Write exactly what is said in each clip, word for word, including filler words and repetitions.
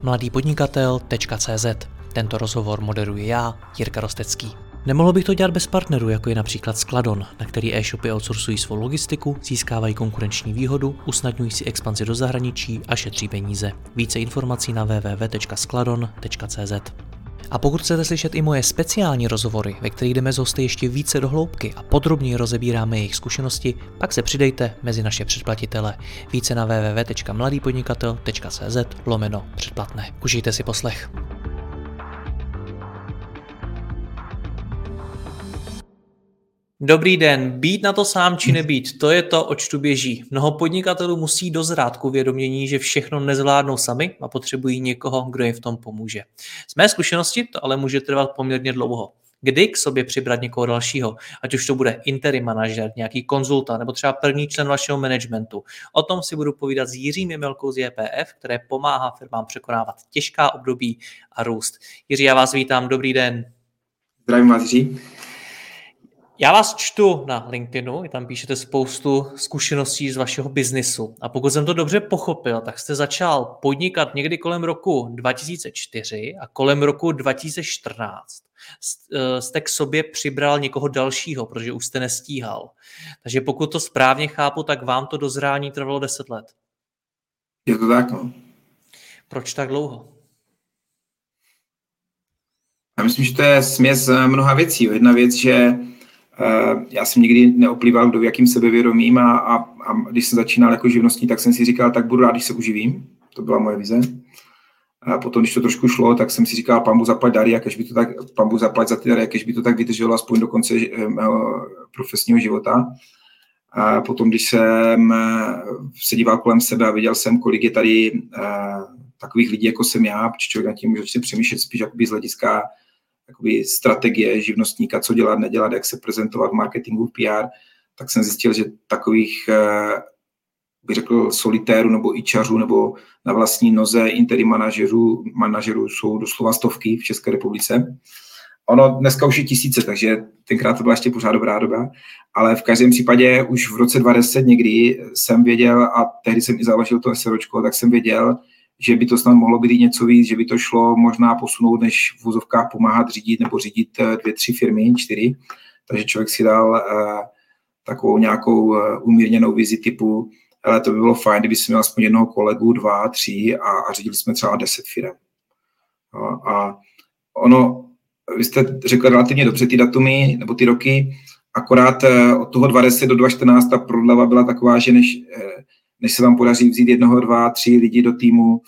mladý podnikatel tečka cé zet. Tento rozhovor moderuji já, Jirka Rostecký. Nemohl bych to dělat bez partnerů, jako je například Skladon, na který e-shopy outsourcují svou logistiku, získávají konkurenční výhodu, usnadňují si expanzi do zahraničí a šetří peníze. Více informací na w w w tečka skladon tečka cé zet. A pokud chcete slyšet i moje speciální rozhovory, ve kterých jdeme s hosty ještě více do hloubky a podrobněji rozebíráme jejich zkušenosti, pak se přidejte mezi naše předplatitele. Více na w w w tečka mladý podnikatel tečka cé zet lomeno předplatné. Užijte si poslech. Dobrý den, být na to sám či nebýt, to je to, oč tu běží. Mnoho podnikatelů musí dozrát k uvědomění, že všechno nezvládnou sami a potřebují někoho, kdo jim v tom pomůže. Z mé zkušenosti to ale může trvat poměrně dlouho. Kdy k sobě přibrat někoho dalšího, ať už to bude interim manažer, nějaký konzultant nebo třeba první člen vašeho managementu. O tom si budu povídat s Jiřím Jemelkou z J P F, které pomáhá firmám překonávat těžká období a růst. Jiří, já vás vítám, dobrý den. Zdravím vás, Jiří. Já vás čtu na LinkedInu, tam píšete spoustu zkušeností z vašeho biznisu. A pokud jsem to dobře pochopil, tak jste začal podnikat někdy kolem roku dva tisíce čtyři a kolem roku dva tisíce čtrnáct jste k sobě přibral někoho dalšího, protože už jste nestíhal. Takže pokud to správně chápu, tak vám to dozrání trvalo deset let. Je to tak, no. Proč tak dlouho? Já myslím, že to je směs mnoha věcí. Jedna věc, že já jsem nikdy neoplýval kdo v jakým sebevědomím a, a, a když jsem začínal jako živnostník, tak jsem si říkal, tak budu rád, když se uživím. To byla moje vize. A potom, když to trošku šlo, tak jsem si říkal, Pán Bůh zaplať dary, a kež by to tak, Pán Bůh zaplať za ty dary, a kež by to tak vydrželo aspoň do konce mého profesního života. A potom, když jsem se díval kolem sebe a viděl jsem, kolik je tady takových lidí, jako jsem já, protože člověk nad tím může přemýšlet spíš jakoby z hlediska jakoby strategie živnostníka, co dělat, nedělat, jak se prezentovat v marketingu, v P R, tak jsem zjistil, že takových, bych řekl, solitérů nebo ičařů nebo na vlastní noze interim manažerů, manažerů jsou doslova stovky v České republice. Ono dneska už je tisíce, takže tenkrát to byla ještě pořád dobrá doba, ale v každém případě už v roce dva tisíce deset někdy jsem věděl, a tehdy jsem i založil to SROčko, tak jsem věděl, že by to snad mohlo být něco víc, že by to šlo možná posunout, než v vozovkách pomáhat řídit nebo řídit dvě, tři firmy, čtyři. Takže člověk si dal uh, takovou nějakou uh, umírněnou vizi typu, ale to by bylo fajn, kdyby jsme měl aspoň jednoho kolegu, dva, tři a, a řídili jsme třeba deset firm. No, a ono, vy jste řekli relativně dobře ty datumy nebo ty roky, akorát uh, od toho dva tisíce deset do dva tisíce čtrnáct ta prodleva byla taková, že než uh, než se vám podaří vzít jednoho, dva, tři lidi do týmu,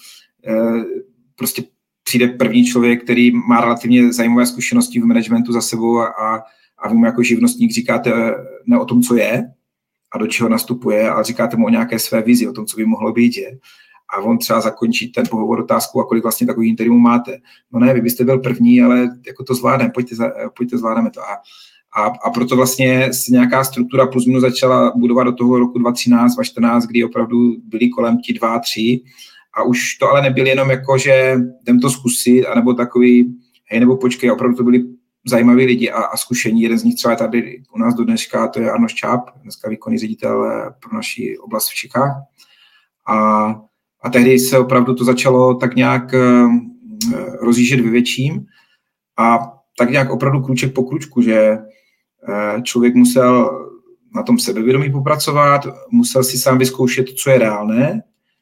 prostě přijde první člověk, který má relativně zajímavé zkušenosti v managementu za sebou a, a vy mu jako živnostník říkáte ne o tom, co je a do čeho nastupuje, ale říkáte mu o nějaké své vizi, o tom, co by mohlo být, že? A on třeba zakončí ten pohovor otázku, a kolik vlastně takových interimů máte. No ne, vy byste byl první, ale jako to zvládneme, pojďte, pojďte zvládneme to. A A, a proto vlastně se nějaká struktura plus minus začala budovat do toho roku dva tisíce třináct, dva tisíce čtrnáct, kdy opravdu byli kolem ti dva, tři. A už to ale nebyl jenom jako, že jdem to zkusit, anebo takový, hej, nebo počkej, opravdu to byli zajímaví lidi a, a zkušení. Jeden z nich třeba je tady u nás do dneška, to je Arno Ščáp, dneska výkonný ředitel pro naši oblast v Čechách. A, a tehdy se opravdu to začalo tak nějak uh, rozjíždět ve větším a tak nějak opravdu krůček po krůčku, že člověk musel na tom sebevědomí popracovat, musel si sám vyzkoušet, co je reálné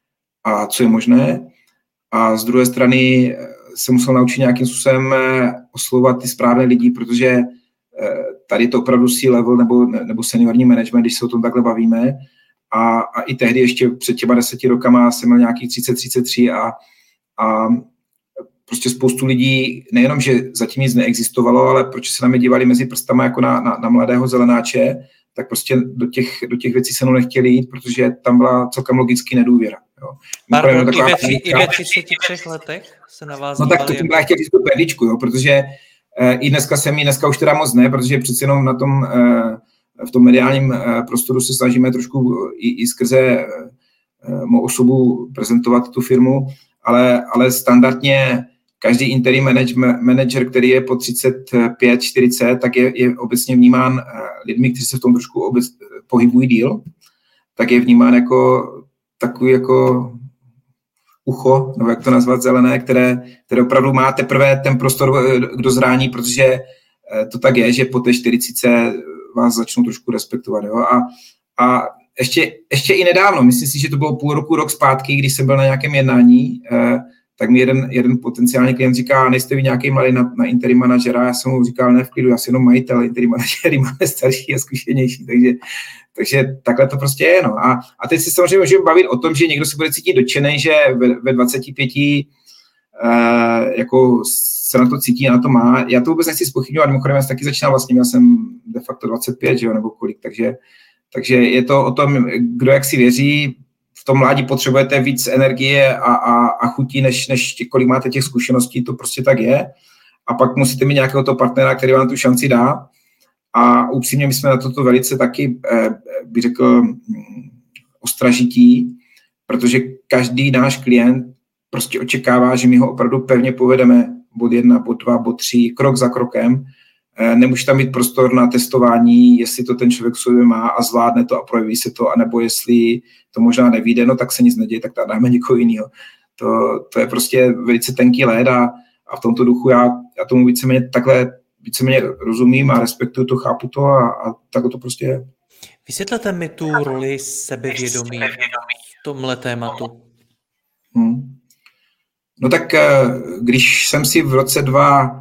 a co je možné. A z druhé strany se musel naučit nějakým způsobem oslovovat ty správné lidi, protože tady je to opravdu C-level nebo, nebo seniorní management, když se o tom takhle bavíme. A, a i tehdy ještě před těma deseti rokama jsem měl nějakých třicet třicet tři a, a prostě spoustu lidí, nejenom, že zatím nic neexistovalo, ale proč se na mě dívali mezi prstama jako na, na, na mladého zelenáče, tak prostě do těch, do těch věcí se mnou nechtěli jít, protože tam byla celkem logicky nedůvěra. Jo. Pardon, i ve, tři, i ve třiceti třech letech se na vás No tak to tím byla chtěl říct tu perličku, jo, protože eh, i dneska jsem jí, dneska už teda moc ne, protože přeci jenom na tom, eh, v tom mediálním eh, prostoru se snažíme trošku i, i skrze eh, mou osobu prezentovat tu firmu, ale, ale standardně každý interim manager, který je po třicet pět čtyřicet, tak je, je obecně vnímán lidmi, kteří se v tom trošku obec, pohybují díl, tak je vnímán jako takový jako ucho, nebo jak to nazvat, zelené, které, které opravdu má teprve ten prostor k dozrání, protože to tak je, že po té čtyřicítce vás začnou trošku respektovat. Jo? A, a ještě, ještě i nedávno, myslím si, že to bylo půl roku, rok zpátky, když jsem byl na nějakém jednání, eh, tak mi jeden, jeden potenciální klient říká, nejste vy nějaký mladý na, na interim manažera, já jsem mu říkal, ne v klidu, já jsem jenom majitel, interim manažery máme starší a zkušenější, takže, takže takhle to prostě je. No. A, a teď si samozřejmě můžeme bavit o tom, že někdo se bude cítit dotčený, že ve, ve dvaceti pěti eh, jako se na to cítí, na to má. Já to vůbec nechci zpochybňovat, mimochodem já jsem taky začínal vlastně, já jsem de facto dvacet pět, že jo, nebo kolik, takže, takže je to o tom, kdo jak si věří. V tom mládí potřebujete víc energie a, a, a chutí, než, než kolik máte těch zkušeností, to prostě tak je. A pak musíte mít nějakého toho partnera, který vám tu šanci dá. A upřímně my jsme na toto velice taky, eh, bych řekl, ostražití, protože každý náš klient prostě očekává, že my ho opravdu pevně povedeme bod jedna, bod dva, bod tři, krok za krokem. Nemůže tam mít prostor na testování, jestli to ten člověk v sobě má a zvládne to a projeví se to, anebo jestli to možná nevyjde, no tak se nic neděje, tak dáme někoho jiného. To, to je prostě velice tenký led a, a v tomto duchu já, já tomu víceméně takhle víceméně rozumím a respektuju to, chápu to a, a takhle to prostě je. Vysvětlete mi tu roli sebevědomí v tomhle tématu. Hmm. No tak když jsem si v roce dva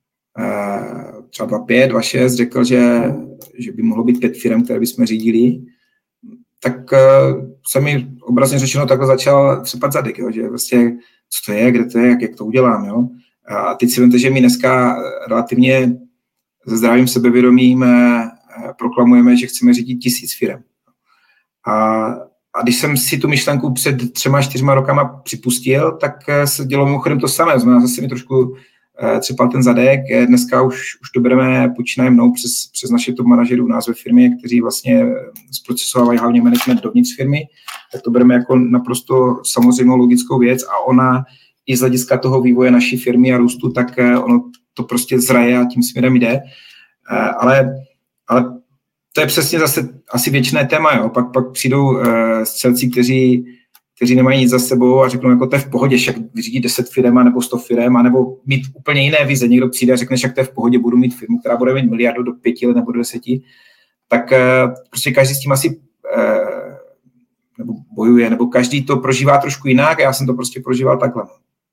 třeba dva pět, dva šest řekl, že, že by mohlo být pět firm, které bychom řídili, tak uh, se mi obrazně řečeno takhle začal třepat zadek, jo, že vlastně co to je, kde to je, jak, jak to udělám. Jo. A teď si vemte, že my dneska relativně se zdravým sebevědomím eh, proklamujeme, že chceme řídit tisíc firm. A, a když jsem si tu myšlenku před třema, čtyřma rokama připustil, tak se dělo mimochodem to samé. Znamená, zase mi trošku třepal ten zadek. Dneska už, už to bereme, počínaje mnou přes, přes naše top manažerů v názve firmy, kteří vlastně zprocesovávají hlavně management dovnitř firmy, tak to bereme jako naprosto samozřejmou logickou věc a ona i z hlediska toho vývoje naší firmy a růstu, tak ono to prostě zraje a tím směrem jde. Ale, ale to je přesně zase asi věčné téma. Jo. Pak, pak přijdou střelci, kteří kteří nemají nic za sebou a řeknou, jako to je v pohodě, však vyřídit deset firem nebo sto firem, anebo mít úplně jiné vize. Někdo přijde a řekne, však to je v pohodě, budu mít firmu, která bude mít miliardu do pěti let nebo do deseti. Tak prostě každý s tím asi nebo bojuje, nebo každý to prožívá trošku jinak a já jsem to prostě prožíval takhle.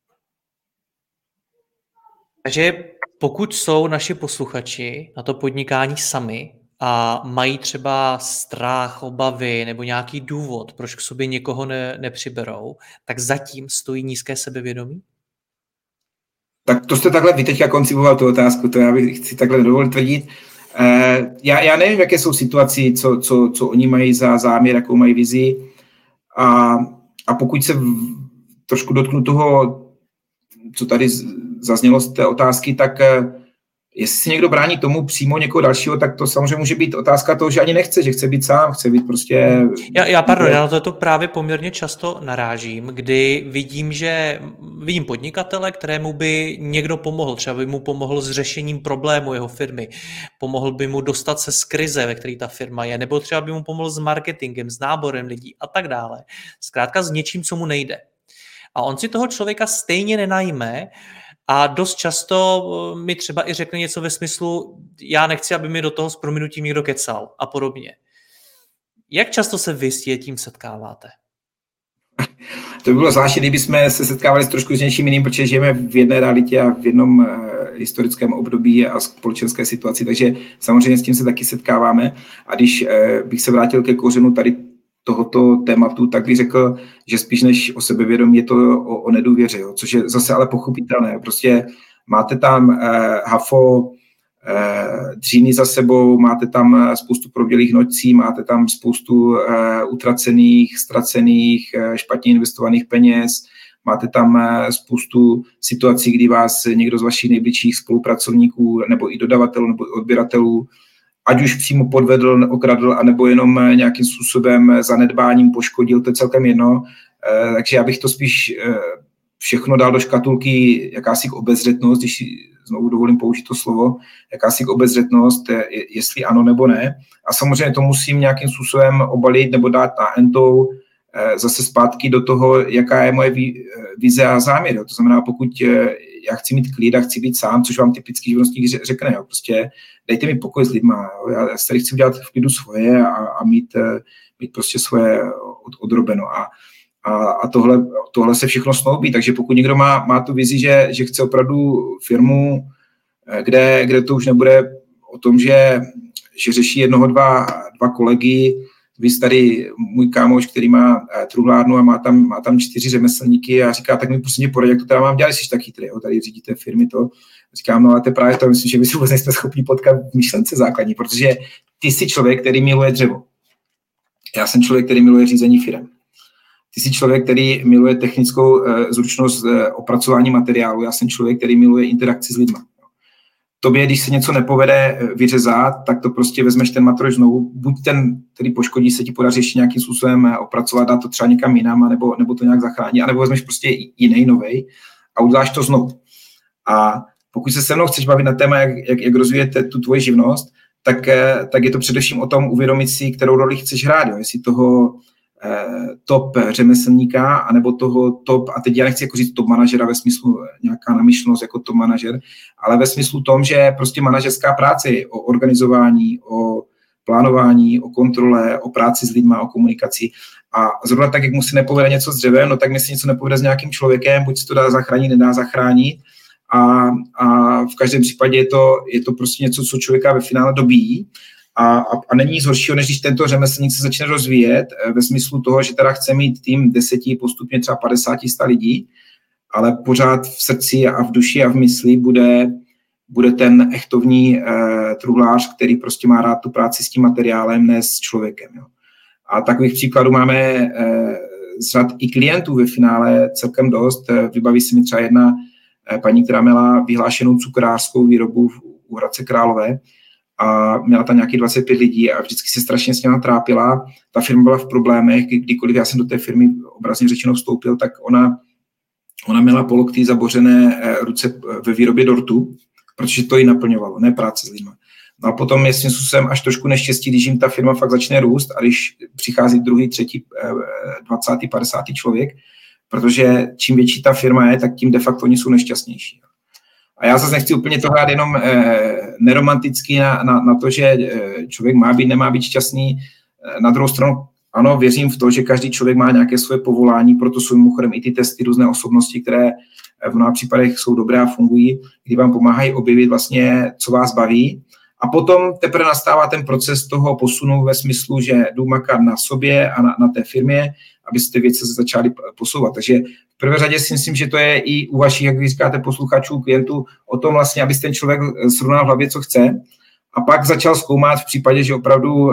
Takže pokud jsou naši posluchači na to podnikání sami, a mají třeba strach, obavy nebo nějaký důvod, proč k sobě někoho ne, nepřiberou, tak zatím stojí nízké sebevědomí? Tak to jste takhle vy teďka koncipoval tu otázku, to já bych si takhle dovolil tvrdit. Eh, já, já nevím, jaké jsou situaci, co, co, co oni mají za záměr, jakou mají vizi. A, a pokud se v, trošku dotknu toho, co tady zaznělo z té otázky, tak jestli si někdo brání tomu přímo někoho dalšího, tak to samozřejmě může být otázka toho, že ani nechce, že chce být sám, chce být prostě... Já, já pardon, já na to právě poměrně často narážím, kdy vidím, že vidím podnikatele, kterému by někdo pomohl, třeba by mu pomohl s řešením problému jeho firmy, pomohl by mu dostat se z krize, ve které ta firma je, nebo třeba by mu pomohl s marketingem, s náborem lidí a tak dále. Zkrátka s něčím, co mu nejde. A on si toho člověka stejně nenajme, a dost často mi třeba i řekne něco ve smyslu, já nechci, aby mi do toho s prominutím někdo kecal a podobně. Jak často se vy s tím setkáváte? To by bylo zvláštní, kdyby jsme se setkávali s trošku s něčím jiným, protože žijeme v jedné realitě a v jednom uh, historickém období a společenské situaci, takže samozřejmě s tím se taky setkáváme. A když uh, bych se vrátil ke kořenu tady tohoto tématu, tak bych řekl, že spíš než o sebevědomí je to o, o nedůvěře, jo, což je zase ale pochopitelné. Prostě máte tam eh, hafo eh, dříny za sebou, máte tam spoustu probělých nocí, máte tam spoustu eh, utracených, ztracených, eh, špatně investovaných peněz, máte tam eh, spoustu situací, kdy vás někdo z vašich nejbližších spolupracovníků nebo i dodavatelů nebo odběratelů ať už přímo podvedl, okradl, anebo jenom nějakým způsobem zanedbáním poškodil, to je celkem jedno. Takže já bych to spíš všechno dal do škatulky jakási obezřetnost, když znovu dovolím použít to slovo, jakási obezřetnost, jestli ano nebo ne. A samozřejmě to musím nějakým způsobem obalit nebo dát na entou zase zpátky do toho, jaká je moje vize a záměr. Jo. To znamená, pokud já chci mít klid a chci být sám, což vám typický živnostník řekne, jo. Prostě dejte mi pokoj s lidma. Jo. Já si tady chci udělat v klidu svoje a, a mít, mít prostě svoje od, odrobeno. A, a, a tohle, tohle se všechno snoubí. Takže pokud někdo má, má tu vizi, že, že chce opravdu firmu, kde, kde to už nebude o tom, že, že řeší jednoho, dva, dva kolegy, vy tady můj kámoš, který má truhlárnu a má tam, má tam čtyři řemeslníky a říká, tak mi prostě poradí, jak to teda mám dělat, jsi tak chytrý, jo, tady řídíte firmy to. Říkám, no ale to je právě to, myslím, že vy si vůbec nejste schopni potkat v myšlence základní, protože ty jsi člověk, který miluje dřevo. Já jsem člověk, který miluje řízení firem. Ty jsi člověk, který miluje technickou uh, zručnost uh, opracování materiálu. Já jsem člověk, který miluje interakci s lidma. Tobě, když se něco nepovede vyřezat, tak to prostě vezmeš ten materiál znovu. Buď ten, který poškodí, se ti podaří ještě nějakým způsobem opracovat, dát to třeba někam jinam, nebo, nebo to nějak zachránit, anebo vezmeš prostě jiný novej a uděláš to znovu. A pokud se se mnou chceš bavit na téma, jak, jak, jak rozvíjete tu tvoji živnost, tak, tak je to především o tom uvědomit si, kterou roli chceš hrát. Jo? Jestli toho eh, top řemeslníka, anebo toho top, a teď já nechci jako říct top manažera ve smyslu nějaká namyšlenost jako top manažer, ale ve smyslu tom, že prostě manažerská práce je o organizování, o plánování, o kontrole, o práci s lidma, o komunikaci. A zrovna tak, jak mu se nepovede něco s dřevem, no tak mi se něco nepovede s nějakým člověkem, buď se to dá zachránit, nedá zachránit. A, a v každém případě je to, je to prostě něco, co člověka ve finále dobíjí. A, a, a není nic horšího, než když tento řemeslník se začne rozvíjet ve smyslu toho, že teda chce mít tým deseti, postupně třeba padesáti, sta lidí, ale pořád v srdci a v duši a v mysli bude, bude ten echtovní eh, truhlář, který prostě má rád tu práci s tím materiálem, ne s člověkem. Jo. A takových příkladů máme eh, z řad i klientů ve finále celkem dost. Vybaví se mi třeba jedna eh, paní, která měla vyhlášenou cukrářskou výrobu v, u Hradce Králové, a měla tam nějakých dvacet pět lidí a vždycky se strašně s něma trápila. Ta firma byla v problémech, kdykoliv já jsem do té firmy obrazně řečeno vstoupil, tak ona, ona měla po lokty zabořené ruce ve výrobě dortu, protože to ji naplňovalo, ne práce s lidmi. No a potom je svým způsobem až trošku neštěstí, když jim ta firma fakt začne růst a když přichází druhý, třetí, dvacátý, padesátý člověk, protože čím větší ta firma je, tak tím de facto oni jsou nešťastnější. A já zase nechci úplně to hrát jenom eh, neromanticky na, na, na to, že eh, člověk má být, nemá být šťastný. Eh, na druhou stranu, ano, věřím v to, že každý člověk má nějaké svoje povolání, proto jsou mimochodem i ty testy různé osobnosti, které v mnoha případech jsou dobré a fungují, kdy vám pomáhají objevit vlastně, co vás baví. A potom teprve nastává ten proces toho posunu ve smyslu, že jdu makat na sobě a na, na té firmě, abyste věci začali posouvat. Takže v prvé řadě si myslím, že to je i u vašich, jak vy říkáte, posluchačů, klientů, o tom vlastně, aby ten člověk srovnal v hlavě, co chce, a pak začal zkoumat v případě, že opravdu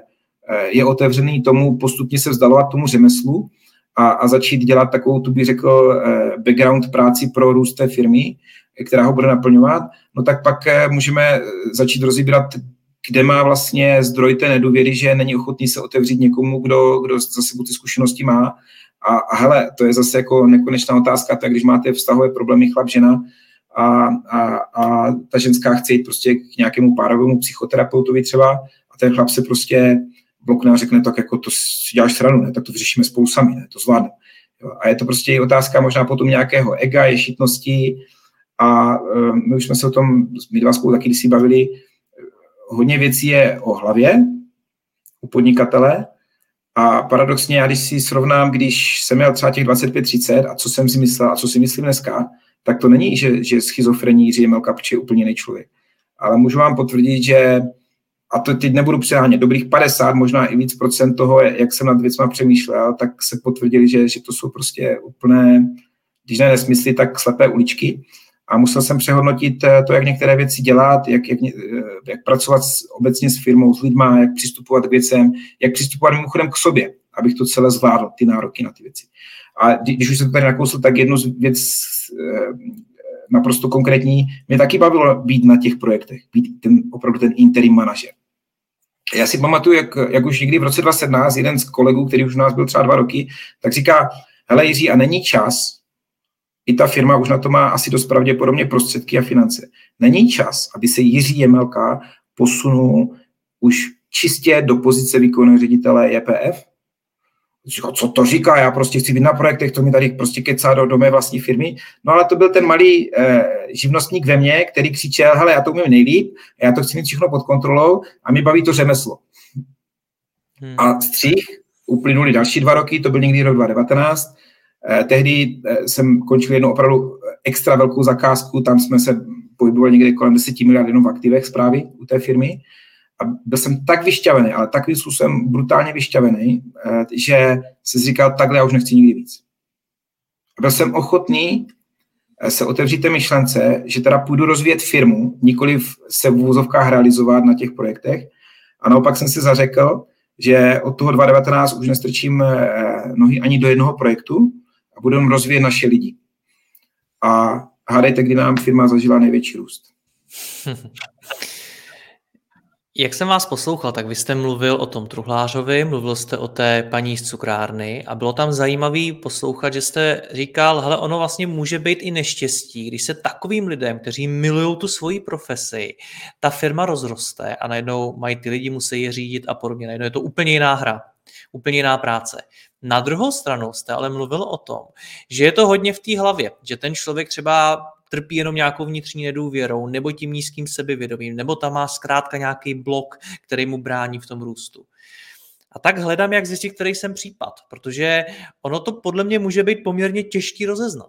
je otevřený tomu postupně se vzdalovat tomu řemeslu a, a začít dělat takovou, tu bych řekl, background práci pro růst té firmy, která ho bude naplňovat, no tak pak můžeme začít rozebírat, kde má vlastně zdroj té nedůvěry, že není ochotný se otevřít někomu, kdo, kdo za sebou ty zkušenosti má. A, a hele, to je zase jako nekonečná otázka, tak když máte vztahové problémy chlap, žena a, a, a ta ženská chce jít prostě k nějakému párovému psychoterapeutovi třeba a ten chlap se prostě blokne a řekne, tak jako to si děláš sranu, ne, tak to vyřešíme spolu sami, ne, to zvládne. Jo, a je to prostě i otázka možná potom nějakého ega, ješitnosti a um, my už jsme se o tom, my dva spolu taky když si bavili, hodně věcí je o hlavě u podnikatele a paradoxně já, když si srovnám, když jsem měl třeba těch dvacet pět třicet a co jsem si myslel a co si myslím dneska, tak to není, že, že schizofrení Jiří Jemelka, protože je úplně jiný člověk. Ale můžu vám potvrdit, že, a to teď nebudu přehánět, dobrých padesát, možná i víc procent toho, jak jsem nad věcma přemýšlel, tak se potvrdili, že, že to jsou prostě úplné, když ne nesmysly, tak slepé uličky. A musel jsem přehodnotit to, jak některé věci dělat, jak, jak, jak pracovat s, obecně s firmou, s lidma, jak přistupovat k věcem, jak přistupovat mimochodem k sobě, abych to celé zvládl, ty nároky na ty věci. A když už jsem to tady nakousl, tak jednu věc naprosto konkrétní, mě taky bavilo být na těch projektech, být ten, opravdu ten interim manažer. Já si pamatuju, jak, jak už někdy v roce dva tisíce sedmnáct jeden z kolegů, který už u nás byl třeba dva roky, tak říká, hele Jiří, a není čas, i ta firma už na to má asi dost pravděpodobně prostředky a finance. Není čas, aby se Jiří Jemelka posunul už čistě do pozice výkonného ředitele J P F? Říkal, co to říká, já prostě chci být na projektech, to mi tady prostě kecá do, do mé vlastní firmy. No ale to byl ten malý eh, živnostník ve mně, který křičel, hele, já to umím nejlíp, já to chci mít všechno pod kontrolou a mě baví to řemeslo. Hmm. A střih, uplynuli další dva roky, to byl někdy rok dva tisíce devatenáct. Eh, tehdy eh, jsem končil jednu opravdu extra velkou zakázku, tam jsme se pohybovali někde kolem deset miliard jenom v aktivech správy u té firmy. A byl jsem tak vyšťavený, ale takovým způsobem brutálně vyšťavený, že si říkal, takhle já už nechci nikdy víc. A byl jsem ochotný se otevřít té myšlence, že teda půjdu rozvíjet firmu, nikoliv se v uvozovkách realizovat na těch projektech. A naopak jsem si zařekl, že od toho dva tisíce devatenáct už nestrčím nohy ani do jednoho projektu a budu rozvíjet naše lidi. A hádejte, kdy nám firma zažila největší růst. Jak jsem vás poslouchal, tak vy jste mluvil o tom truhlářovi, mluvil jste o té paní z cukrárny a bylo tam zajímavý poslouchat, že jste říkal, hele, ono vlastně může být i neštěstí, když se takovým lidem, kteří milují tu svoji profesi, ta firma rozroste a najednou mají ty lidi, musí je řídit a podobně. Najednou je to úplně jiná hra, úplně jiná práce. Na druhou stranu jste ale mluvil o tom, že je to hodně v té hlavě, že ten člověk třeba trpí jenom nějakou vnitřní nedůvěrou nebo tím nízkým sebevědomím, nebo tam má zkrátka nějaký blok, který mu brání v tom růstu. A tak hledám, jak zjistit, který jsem případ, protože ono to podle mě může být poměrně těžký rozeznat.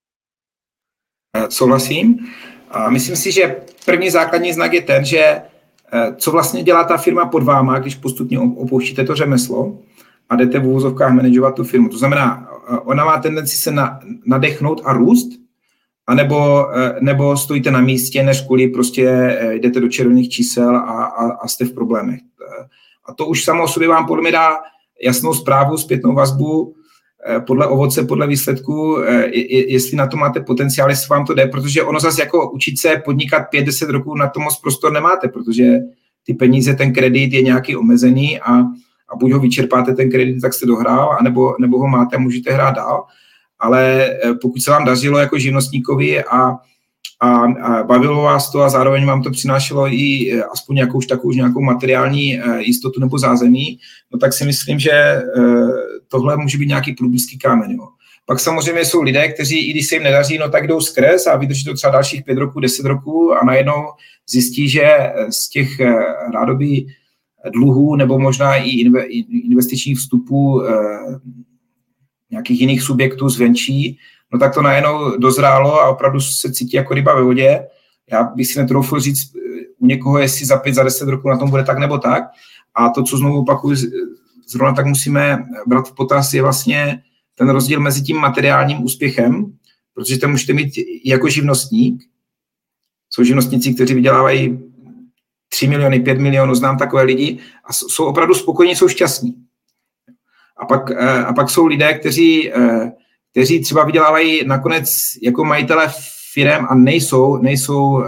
Souhlasím. A myslím si, že první základní znak je ten, že co vlastně dělá ta firma pod váma, když postupně opouštíte to řemeslo a jdete v uvozovkách manažovat tu firmu. To znamená, ona má tendenci se na, nadechnout a růst, a nebo, nebo stojíte na místě, než kvůli prostě jdete do červených čísel a, a, a jste v problémech. A to už samo o sobě vám podle mě dá jasnou zprávu, zpětnou vazbu, podle ovoce, podle výsledku, jestli na to máte potenciál, jestli vám to jde, protože ono zase jako učit se podnikat pět deset roků na to moc prostor nemáte, protože ty peníze, ten kredit je nějaký omezený a, a buď ho vyčerpáte ten kredit, tak jste dohrál, anebo, nebo ho máte a můžete hrát dál. Ale pokud se vám dařilo jako živnostníkovi a, a, a bavilo vás to a zároveň vám to přinášelo i aspoň nějakou, takovou nějakou materiální jistotu nebo zázemí, no tak si myslím, že tohle může být nějaký průbízký kámen. Jo. Pak samozřejmě jsou lidé, kteří, i když se jim nedaří, no tak jdou skrz a vydrží to třeba dalších pět roků, deset roků a najednou zjistí, že z těch rádoby dluhů nebo možná i investičních vstupů nějakých jiných subjektů zvenčí, no tak to najednou dozrálo a opravdu se cítí jako ryba ve vodě. Já bych si netroufl říct u někoho, jestli za pět, za deset roků na tom bude tak nebo tak. A to, co znovu opakuju, zrovna tak musíme brát v potaz, je vlastně ten rozdíl mezi tím materiálním úspěchem, protože to můžete mít jako živnostník. Jsou živnostníci, kteří vydělávají tři miliony, pět milionů, znám takové lidi a jsou opravdu spokojení, jsou šťastní. A pak, a pak jsou lidé, kteří, kteří třeba vydělávají nakonec jako majitele firem a nejsou, nejsou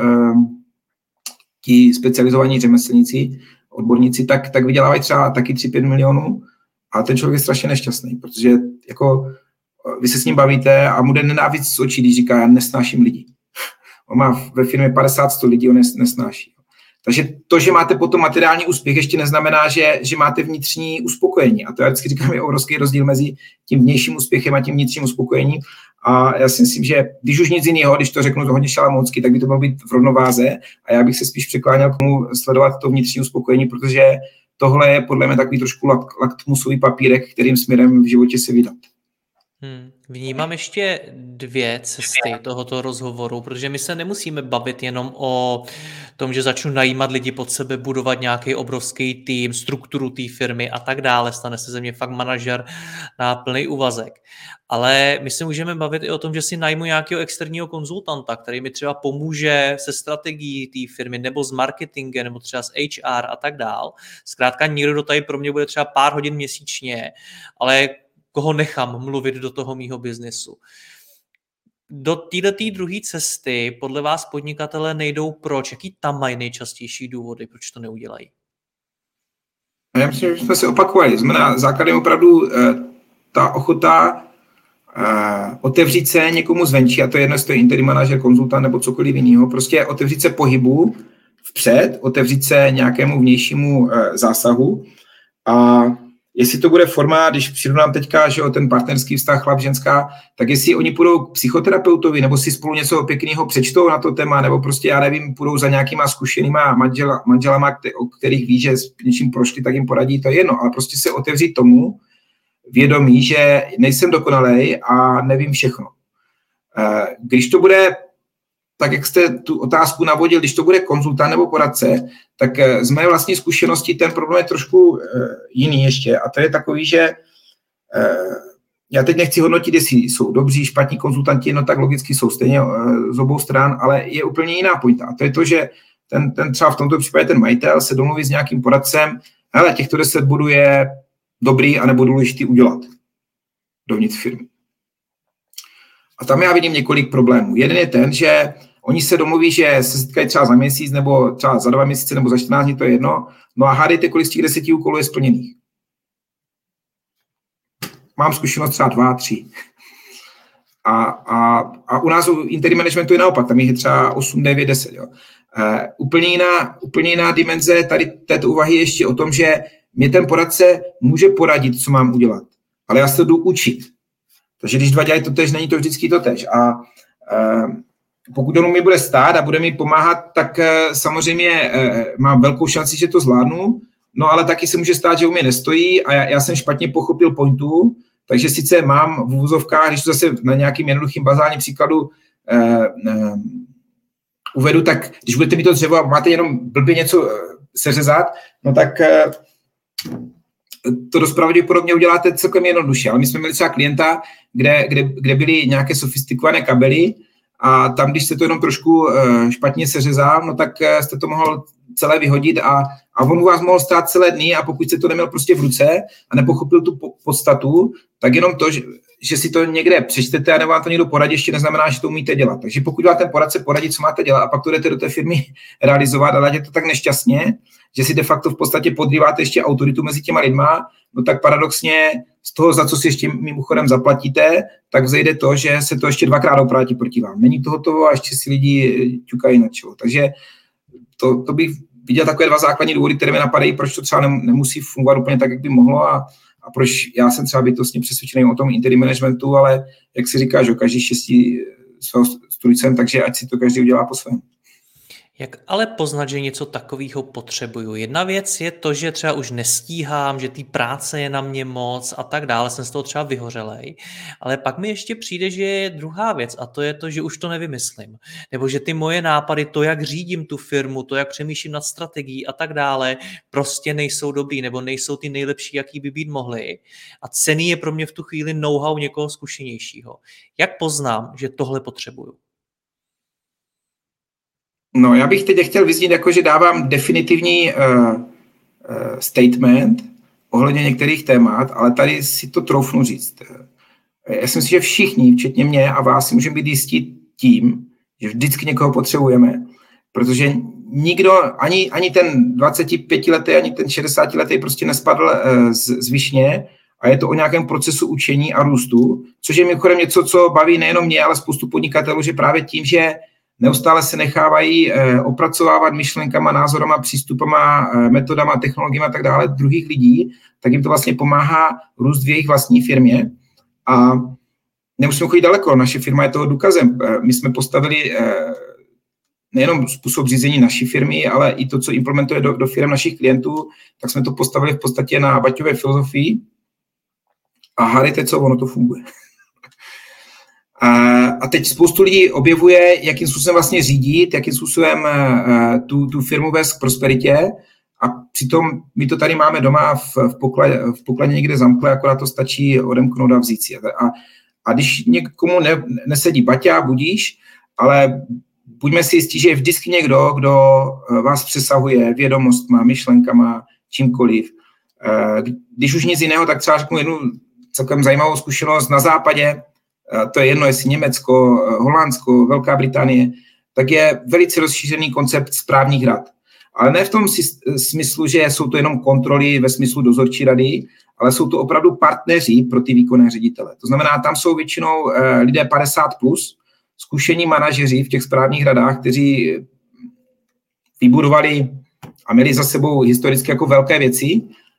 ti specializovaní řemeslníci, odborníci, tak, tak vydělávají třeba taky tři pět milionů a ten člověk je strašně nešťastný, protože jako vy se s ním bavíte a mu jde nenávist z očí, když říká, já nesnáším lidi. On má ve firmě padesát sto lidí, on nesnáší. Takže to, že máte potom materiální úspěch, ještě neznamená, že, že máte vnitřní uspokojení. A to já vždycky říkám, je obrovský rozdíl mezi tím vnějším úspěchem a tím vnitřním uspokojením. A já si myslím, že když už nic jiného, když to řeknu to hodně šalamounsky, tak by to mělo být v rovnováze. A já bych se spíš překláněl k tomu sledovat to vnitřní uspokojení, protože tohle je podle mě takový trošku laktmusový papírek, kterým směrem v životě se vydat. Hmm. Vnímám ještě dvě cesty tohoto rozhovoru, protože my se nemusíme bavit jenom o tom, že začnu najímat lidi pod sebe, budovat nějaký obrovský tým, strukturu té firmy a tak dále, stane se ze mě fakt manažer na plný úvazek. Ale my se můžeme bavit i o tom, že si najmu nějakého externího konzultanta, který mi třeba pomůže se strategií té firmy nebo s marketingem, nebo třeba s há er a tak dál. Zkrátka někdo, kdo tady pro mě bude třeba pár hodin měsíčně, ale koho nechám mluvit do toho mýho biznesu. Do této druhé cesty podle vás podnikatelé nejdou proč? Jaký tam mají nejčastější důvody, proč to neudělají? Já myslím, že jsme se opakovali. Znamená, základem opravdu eh, ta ochota eh, otevřít se někomu zvenčí, a to je jedno, jestli to je interim manažer, konzultant nebo cokoliv jiného, prostě otevřít se pohybu vpřed, otevřít se nějakému vnějšímu eh, zásahu a jestli to bude forma, když přijdu nám teďka, že o ten partnerský vztah chlap, ženská, tak jestli oni půjdou k psychoterapeutovi, nebo si spolu něco pěkného přečtou na to téma, nebo prostě, já nevím, půjdou za nějakýma zkušenýma manžela, manželama, o kterých ví, že s něčím prošli, tak jim poradí, to je jedno, ale prostě se otevřít tomu vědomí, že nejsem dokonalej a nevím všechno. Když to bude, tak jak jste tu otázku navodil, když to bude konzultant nebo poradce, tak z mé vlastní zkušenosti ten problém je trošku jiný ještě. A to je takový, že já teď nechci hodnotit, jestli jsou dobří, špatní konzultanti, no tak logicky jsou stejně z obou stran, ale je úplně jiná pointa. A to je to, že ten, ten třeba v tomto případě ten majitel se domluví s nějakým poradcem, ale těchto deset bodů je dobrý anebo důležitý udělat dovnitř firmy. A tam já vidím několik problémů. Jeden je ten, že oni se domluví, že se setkají třeba za měsíc, nebo třeba za dva měsíce, nebo za čtrnáct dní, to je jedno. No a hádejte, kolik z těch deseti úkolů je splněných. Mám zkušenost třeba dva, tři. A, a, a u nás u interim managementu je naopak, tam je třeba osm, devět, deset. Jo. Uh, úplně, jiná, úplně jiná dimenze tady této úvahy je ještě o tom, že mě ten poradce může poradit, co mám udělat. Ale já se to jdu učit. Takže když dva dělají to tež, není to vždycky to tež. A uh, pokud on mi bude stát a bude mi pomáhat, tak uh, samozřejmě uh, mám velkou šanci, že to zvládnu, no ale taky se může stát, že u mě nestojí a já, já jsem špatně pochopil pointu, takže sice mám v úvozovkách, když to zase na nějakým jednoduchým bazálním příkladu uh, uh, uvedu, tak když budete mít to dřevo a máte jenom blbě něco uh, seřezat, no tak uh, to dost pravděpodobně uděláte celkem jednoduše. Ale my jsme měli třeba klienta, kde, kde, kde byly nějaké sofistikované kabely a tam, když jste to jenom trošku uh, špatně seřezal, no tak uh, jste to mohl celé vyhodit a, a on u vás mohl stát celé dny a pokud jste to neměl prostě v ruce a nepochopil tu podstatu, tak jenom to, že, že si to někde přečtete a nebo vám to někdo poradí, ještě neznamená, že to umíte dělat. Takže pokud vám ten poradce poradí, co máte dělat a pak to jdete do té firmy realizovat, ale je to tak nešťastně, že si de facto v podstatě podrýváte ještě autoritu mezi těma lidma, no tak paradoxně z toho, za co si ještě mimochodem zaplatíte, tak vzejde to, že se to ještě dvakrát oprátí proti vám. Není to hotovo a ještě si lidi ťukají na čelo. Takže to, to bych viděl takové dva základní důvody, které mě napadají, proč to třeba nemusí fungovat úplně tak, jak by mohlo a, a proč já jsem třeba bytostně přesvědčený o tom interim managementu, ale jak si říká, že každý štěstí svého strujcem, takže ať si to každý udělá po svém. Jak ale poznat, že něco takového potřebuju? Jedna věc je to, že třeba už nestíhám, že té práce je na mě moc a tak dále, jsem z toho třeba vyhořelej, ale pak mi ještě přijde, že je druhá věc a to je to, že už to nevymyslím. Nebo že ty moje nápady, to, jak řídím tu firmu, to, jak přemýšlím nad strategií a tak dále, prostě nejsou dobrý nebo nejsou ty nejlepší, jaký by být mohly. A cenný je pro mě v tu chvíli know-how někoho zkušenějšího. Jak poznám, že tohle potřebuju? No, já bych teď chtěl vyznít, jako, že dávám definitivní uh, uh, statement ohledně některých témat, ale tady si to troufnu říct. Já si myslím, že všichni, včetně mě a vás, si můžeme být jistí tím, že vždycky někoho potřebujeme, protože nikdo, ani, ani ten dvacetipětiletý, ani ten šedesátiletý prostě nespadl uh, z, z višně a je to o nějakém procesu učení a růstu, což je mimochodem něco, co baví nejenom mě, ale spoustu podnikatelů, že právě tím, že neustále se nechávají eh, opracovávat myšlenkama, názorama, přístupama, eh, metodama, technologiemi a tak dále druhých lidí, tak jim to vlastně pomáhá růst v jejich vlastní firmě. A nemusíme chodit daleko, naše firma je toho důkazem. Eh, my jsme postavili eh, nejenom způsob řízení naší firmy, ale i to, co implementuje do, do firm našich klientů, tak jsme to postavili v podstatě na Baťové filozofii. A hádejte co, ono to funguje. A teď spoustu lidí objevuje, jakým způsobem vlastně řídit, jakým způsobem tu, tu firmu vést k prosperitě a přitom my to tady máme doma v, v, pokladě, v pokladě někde zamkle, akorát to stačí odemknout a vzít si. A, a když někomu ne, nesedí Baťa, budíš, ale buďme si jistí, že je vždycky někdo, kdo vás přesahuje vědomostma, myšlenkama, čímkoliv. Když už nic jiného, tak třeba řeknu jednu celkem zajímavou zkušenost na západě, to je jedno, jestli Německo, Holandsko, Velká Británie, tak je velice rozšířený koncept správních rad. Ale ne v tom smyslu, že jsou to jenom kontroly ve smyslu dozorčí rady, ale jsou to opravdu partneři pro ty výkonné ředitele. To znamená, tam jsou většinou lidé padesát plus, zkušení manažeři v těch správních radách, kteří vybudovali a měli za sebou historicky jako velké věci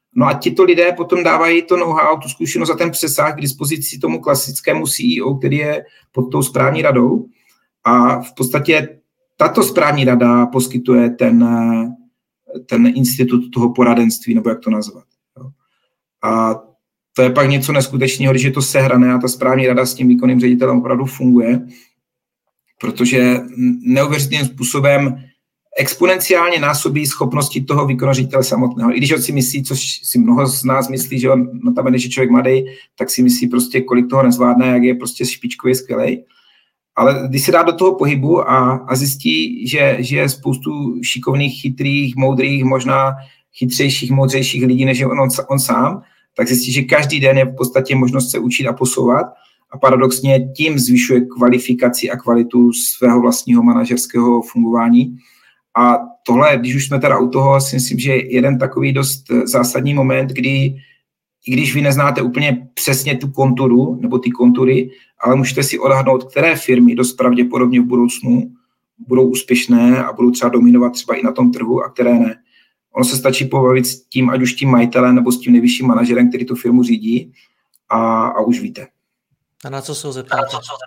No a tito lidé potom dávají to know-how, tu zkušenost a ten přesah k dispozici tomu klasickému C E O, který je pod tou správní radou. A v podstatě tato správní rada poskytuje ten, ten institut toho poradenství, nebo jak to nazvat. A to je pak něco neskutečného, když je to sehrané a ta správní rada s tím výkonným ředitelem opravdu funguje, protože neuvěřitelným způsobem exponenciálně násobí schopnosti toho výkonného ředitele samotného. I když on si myslí, což si mnoho z nás myslí, že on, no tam je člověk mladý, tak si myslí prostě, kolik toho nezvládne, jak je prostě špičkově skvělej. Ale když se dá do toho pohybu a, a zjistí, že, že je spoustu šikovných, chytrých, moudrých, možná chytřejších, moudřejších lidí, než je on, on sám, tak zjistí, že každý den je v podstatě možnost se učit a posouvat a paradoxně tím zvyšuje kvalifikaci a kvalitu svého vlastního manažerského fungování. A tohle, když už jsme teda u toho, si myslím, že je jeden takový dost zásadní moment, kdy i když vy neznáte úplně přesně tu konturu nebo ty kontury, ale můžete si odhadnout, které firmy dost pravděpodobně v budoucnu budou úspěšné a budou třeba dominovat třeba i na tom trhu a které ne. Ono se stačí pobavit s tím, ať už tím majitelem nebo s tím nejvyšším manažerem, který tu firmu řídí a, a už víte. A na co se ho zeptáte?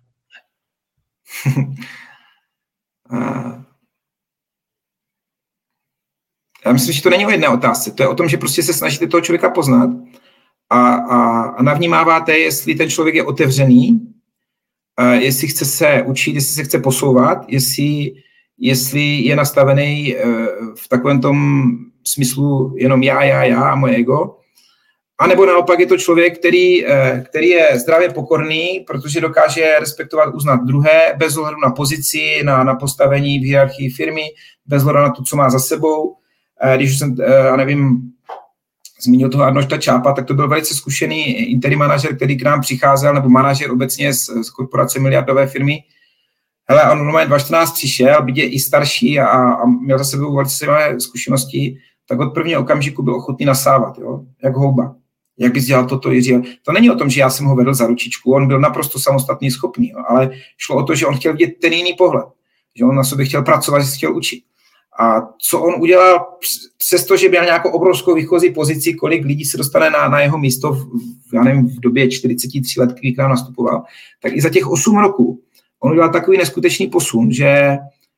Já myslím, že to není o jedné otázce. To je o tom, že prostě se snažíte toho člověka poznat a, a, a navnímáváte, jestli ten člověk je otevřený, jestli chce se učit, jestli se chce posouvat, jestli, jestli je nastavený v takovém tom smyslu jenom já, já, já a moje ego. A nebo naopak je to člověk, který, který je zdravě pokorný, protože dokáže respektovat, uznat druhé, bez ohledu na pozici, na, na postavení v hierarchii firmy, bez ohledu na to, co má za sebou. Když jsem, já nevím, zmínil toho Arnošta Čápa, tak to byl velice zkušený interim manažer, který k nám přicházel, nebo manažer obecně z, z korporace miliardové firmy. Hele, on normálně dva tisíce čtrnáct přišel, byť je i starší a, a měl za sebou velice zajímavé zkušenosti, tak od prvního okamžiku byl ochotný nasávat, jo? Jak houba. Jak bys dělal toto, Jiří? To není o tom, že já jsem ho vedl za ručičku, on byl naprosto samostatný, schopný, jo? Ale šlo o to, že on chtěl vidět ten jiný pohled, že on na sobě chtěl pracovat, že se chtěl učit. A co on udělal, přesto, že měl nějakou obrovskou výchozí pozici, kolik lidí se dostane na, na jeho místo v, já nevím, v době čtyřicet tři let, kdy k nám nastupoval, tak i za těch osm roků on udělal takový neskutečný posun, že eh,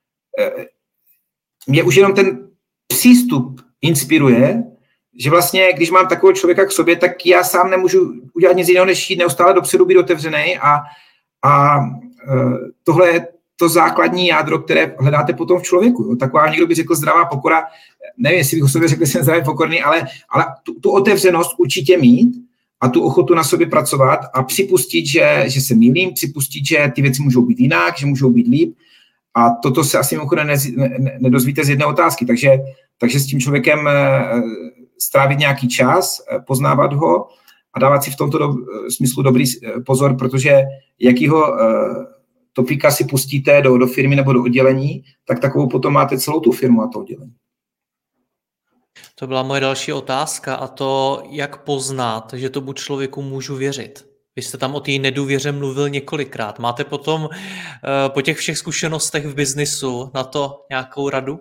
mě už jenom ten přístup inspiruje, že vlastně, když mám takového člověka k sobě, tak já sám nemůžu udělat nic jiného, než jít neustále dopředu, být otevřený a, a eh, tohle je to základní jádro, které hledáte potom v člověku. Jo. Taková, někdo by řekl zdravá pokora, nevím, jestli bych o sobě řekl, že jsem zdravý pokorný, ale, ale tu, tu otevřenost určitě mít a tu ochotu na sobě pracovat a připustit, že, že se mýlím, připustit, že ty věci můžou být jinak, že můžou být líp a toto se asi mimochodem ne, ne, nedozvíte z jedné otázky, takže, takže s tím člověkem strávit nějaký čas, poznávat ho a dávat si v tomto do, smyslu dobrý pozor, protože jakýho topíka si pustíte do, do firmy nebo do oddělení, tak takovou potom máte celou tu firmu a to oddělení. To byla moje další otázka a to, jak poznat, že tomu člověku můžu věřit. Vy jste tam o té nedůvěře mluvil několikrát. Máte potom po těch všech zkušenostech v biznisu na to nějakou radu?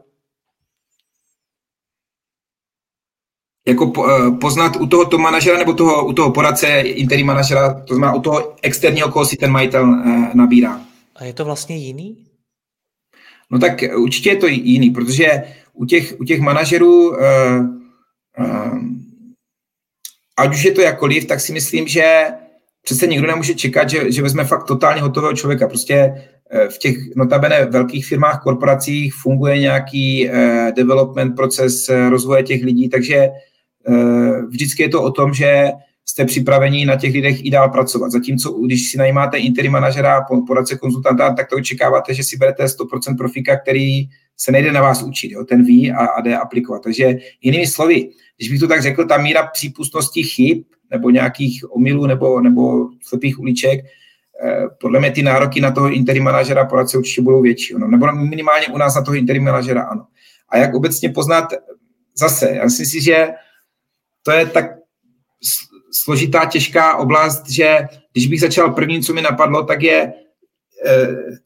Jako po, poznat u toho manažera nebo toho, u toho poradce, interim manažera, to znamená u toho externího, koho si ten majitel nabírá. A je to vlastně jiný? No tak určitě je to jiný, protože u těch, u těch manažerů, uh, uh, ať už je to jakkoliv, tak si myslím, že přece nikdo nemůže čekat, že, že vezme fakt totálně hotového člověka. Prostě uh, v těch notabene velkých firmách, korporacích funguje nějaký uh, development proces uh, rozvoje těch lidí, takže uh, vždycky je to o tom, že jste připraveni na těch lidech i dál pracovat. Zatímco, když si najímáte interim manažera, poradce konzultanta, tak to očekáváte, že si berete sto procent profíka, který se nejde na vás učit. Jo? Ten ví a, a jde aplikovat. Takže jinými slovy, když bych to tak řekl, ta míra přípustnosti chyb nebo nějakých omylů nebo, nebo slepých uliček, eh, podle mě ty nároky na toho interim manažera poradce určitě budou větší. No? Nebo minimálně u nás na toho interim manažera ano. A jak obecně poznat zase? Já si myslím, že to je tak složitá, těžká oblast, že když bych začal prvním, co mi napadlo, tak je,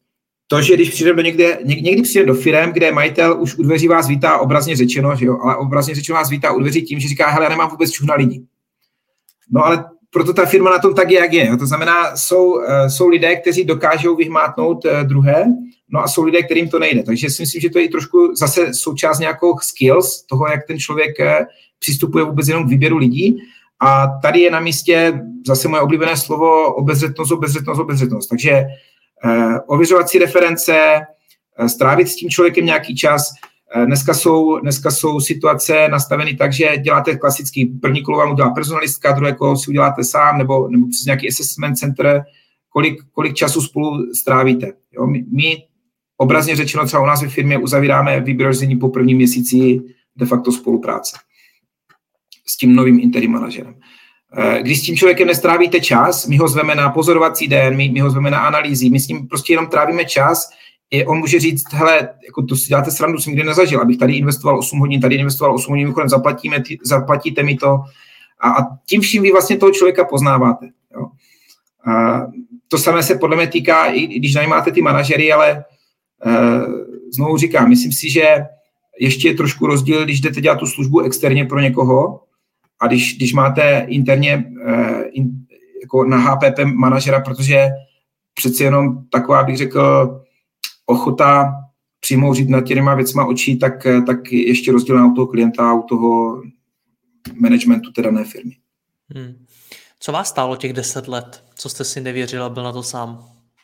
to, že když přijdeme do někde, někdy přijdeme do firem, kde majitel už u dveří vás vítá obrazně řečeno, že jo, ale obrazně řečeno vás vítá u dveří tím, že říká, hele, já nemám vůbec čuch na lidi. No ale proto ta firma na tom tak je, jak je. To znamená, jsou, jsou lidé, kteří dokážou vyhmátnout druhé, no a jsou lidé, kterým to nejde. Takže si myslím, že to je trošku zase součást nějakou skills toho, jak ten člověk přistupuje vůbec jenom k výběru lidí. A tady je na místě zase moje oblíbené slovo obezřetnost, obezřetnost, obezřetnost. Takže eh, ověřovací reference, eh, strávit s tím člověkem nějaký čas. Eh, dneska, jsou, dneska jsou situace nastaveny tak, že děláte klasický první kolo vám udělá personalistka, druhé kolo si uděláte sám, nebo, nebo přes nějaký assessment center, kolik, kolik času spolu strávíte. Jo? My, my obrazně řečeno třeba u nás ve firmě uzavíráme výběrové řízení po prvním měsíci de facto spolupráce s tím novým interim manažerem. Když s tím člověkem nestrávíte čas, my ho zveme na pozorovací den, my, my ho zveme na analýzy, my s ním prostě jenom trávíme čas, je, on může říct, hele, jako to si děláte srandu, jsem nikdy nezažil, abych tady investoval osm hodin, tady investoval osm hodin, mimochodem zaplatíme, zaplatíte mi to a, a tím vším vy vlastně toho člověka poznáváte. Jo. A to samé se podle mě týká, i když najímáte ty manažery, ale uh, znovu říkám, myslím si, že ještě je trošku rozdíl, když jdete dělat tu službu externě pro někoho, a když, když máte interně eh, in, jako na H P P manažera, protože přeci jenom taková, bych řekl, ochota přijmout říct nad těma věcma očí, tak, tak ještě rozdílná u toho klienta a u toho managementu té dané firmy. Hmm. Co vás stálo těch deset let? Co jste si nevěřil a byl na to sám?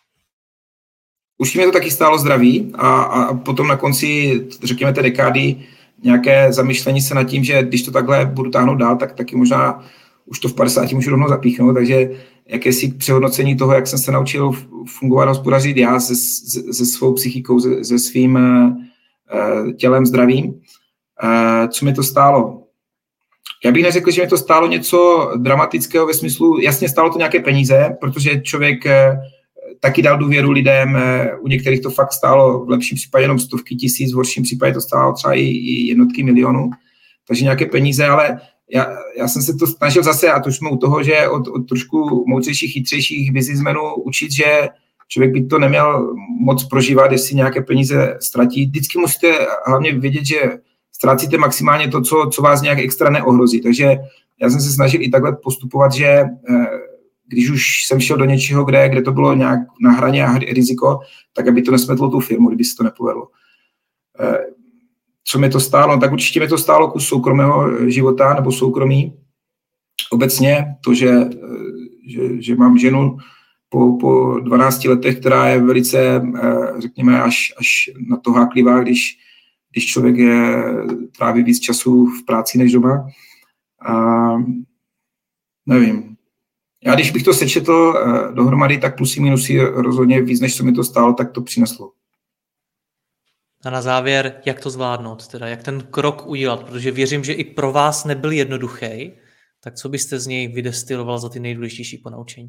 Už mě to taky stálo zdraví a, a potom na konci, řekněme, té dekády nějaké zamyšlení se nad tím, že když to takhle budu táhnout dál, tak taky možná už to v padesáti můžu rovnou zapíchnout, takže jakési přehodnocení toho, jak jsem se naučil fungovat a hospodařit já se, se svou psychikou, se, se svým uh, tělem zdravým. Uh, co mi to stálo? Já bych neřekl, že mi to stálo něco dramatického ve smyslu, jasně stálo to nějaké peníze, protože člověk uh, taky dal důvěru lidem, u některých to fakt stálo v lepším případě jenom stovky tisíc, v horším případě to stálo třeba i, i jednotky milionů, takže nějaké peníze, ale já, já jsem se to snažil zase, a to už jsme u toho, že od, od trošku moudřejších, chytřejších biznismenů učit, že člověk by to neměl moc prožívat, jestli nějaké peníze ztratí. Vždycky musíte hlavně vědět, že ztrácíte maximálně to, co, co vás nějak extra neohrozí, takže já jsem se snažil i takhle postupovat, že když už jsem šel do něčeho, kde, kde to bylo nějak na hraně a riziko, tak aby to nesmetlo tu firmu, kdyby se to nepovedlo. Co mi to stálo? Tak určitě mi to stálo kus soukromého života nebo soukromí. Obecně to, že, že, že mám ženu po, po dvanácti letech, která je velice, řekněme, až, až na to háklivá, když, když člověk je, tráví víc času v práci než doma. A nevím. Já když bych to sečetl dohromady, tak plusy minusy rozhodně víc, než co mi to stálo, tak to přineslo. A na závěr, jak to zvládnout, teda jak ten krok udělat, protože věřím, že i pro vás nebyl jednoduchý, tak co byste z něj vydestiloval za ty nejdůležitější ponaučení?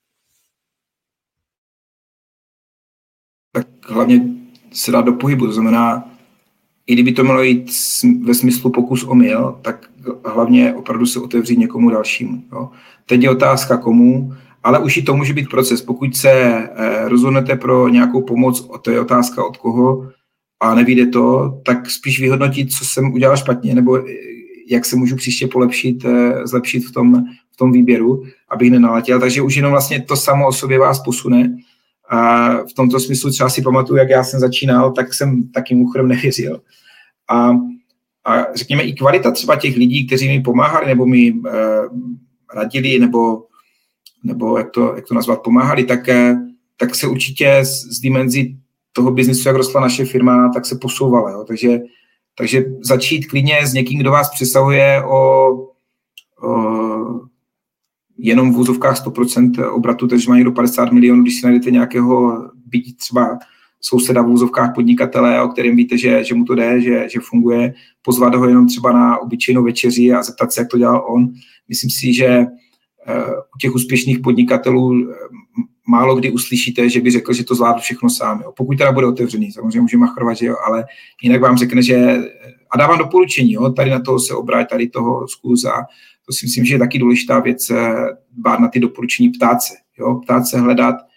Tak hlavně se dát do pohybu, to znamená, i kdyby to mělo jít ve smyslu pokus omyl, tak hlavně opravdu se otevřít někomu dalšímu. Jo. Teď je otázka komu, ale už i to může být proces. Pokud se eh, rozhodnete pro nějakou pomoc, to je otázka od koho a nevíde to, tak spíš vyhodnotit, co jsem udělal špatně, nebo jak se můžu příště polepšit, eh, zlepšit v tom, v tom výběru, abych nenaletěl. Takže už jenom vlastně to samo o sobě vás posune. A v tomto smyslu třeba si pamatuju, jak já jsem začínal, tak jsem taky mimochodem nevěřil. A, a řekněme i kvalita třeba těch lidí, kteří mi pomáhali, nebo mi eh, radili, nebo, nebo jak, to, jak to nazvat, pomáhali, tak, eh, tak se určitě z, z dimenzí toho biznisu, jak rostla naše firma, tak se posouvala. Jo. Takže, takže začít klidně s někým, kdo vás přesahuje o, o jenom v úzovkách sto procent obratu, takže má někdo padesát milionů, když si najdete nějakého byť třeba souseda v úzovkách podnikatele, o kterém víte, že, že mu to jde, že, že funguje, pozvat ho jenom třeba na obyčejnou večeři a zeptat se, jak to dělal on. Myslím si, že uh, u těch úspěšných podnikatelů uh, málo kdy uslyšíte, že by řekl, že to zvládl všechno sám. Jo. Pokud teda bude otevřený, samozřejmě může machrovat, že jo, ale jinak vám řekne, že a dávám doporučení, jo, tady na toho se obrať, tady toho zkus a to si myslím, že je taky důležitá věc, dbát na ty doporučení, ptát se, jo, ptát se, hledat.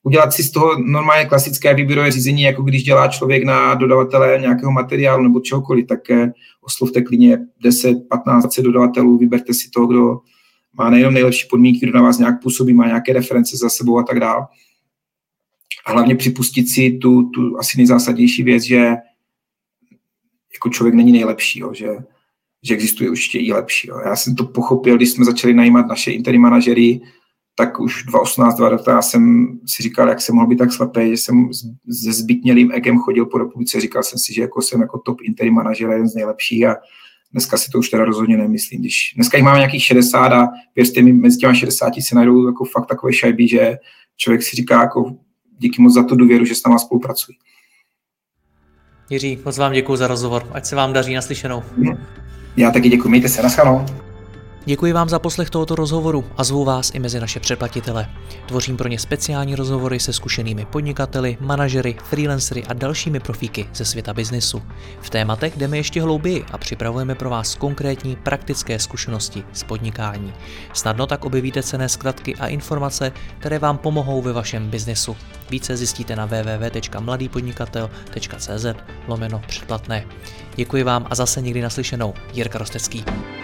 udělat si z toho normálně klasické výběrové řízení, jako když dělá člověk na dodavatele nějakého materiálu nebo čehokoliv, tak oslovte klidně deset, patnáct, dvacet dodavatelů, vyberte si toho, kdo má nejenom nejlepší podmínky, kdo na vás nějak působí, má nějaké reference za sebou a tak dále. A hlavně připustit si tu, tu asi nejzásadnější věc, že jako člověk není nejlepší, jo, že, že existuje určitě i lepší. Jo. Já jsem to pochopil, když jsme začali najímat naše interim manažery, tak už dva tisíce osmnáct dva já jsem si říkal, jak jsem mohl být tak slepý, že jsem se zbytnělým egem chodil po republice, říkal jsem si, že jako jsem jako top interim manažer, jeden z nejlepších a dneska si to už teda rozhodně nemyslím. Když dneska jich máme nějakých šedesát a věřte mi, mezi těma šedesáti se najdou jako fakt takové šajby, že člověk si říká jako díky moc za tu důvěru, že s náma spolupracují. Jiří, moc vám děkuji za rozhovor. Ať se vám daří, naslyšenou. Já taky děkuji, mějte se, naschledanou. Děkuji vám za poslech tohoto rozhovoru a zvu vás i mezi naše předplatitele. Tvořím pro ně speciální rozhovory se zkušenými podnikateli, manažery, freelancery a dalšími profíky ze světa biznisu. V tématech jdeme ještě hlouběji a připravujeme pro vás konkrétní praktické zkušenosti z podnikání. Snadno tak objevíte cenné zkratky a informace, které vám pomohou ve vašem biznesu. Více zjistíte na w w w tečka mladýpodnikatel tečka c z lomeno předplatné. Děkuji vám a zase někdy naslyšenou. Jirka Rostecký.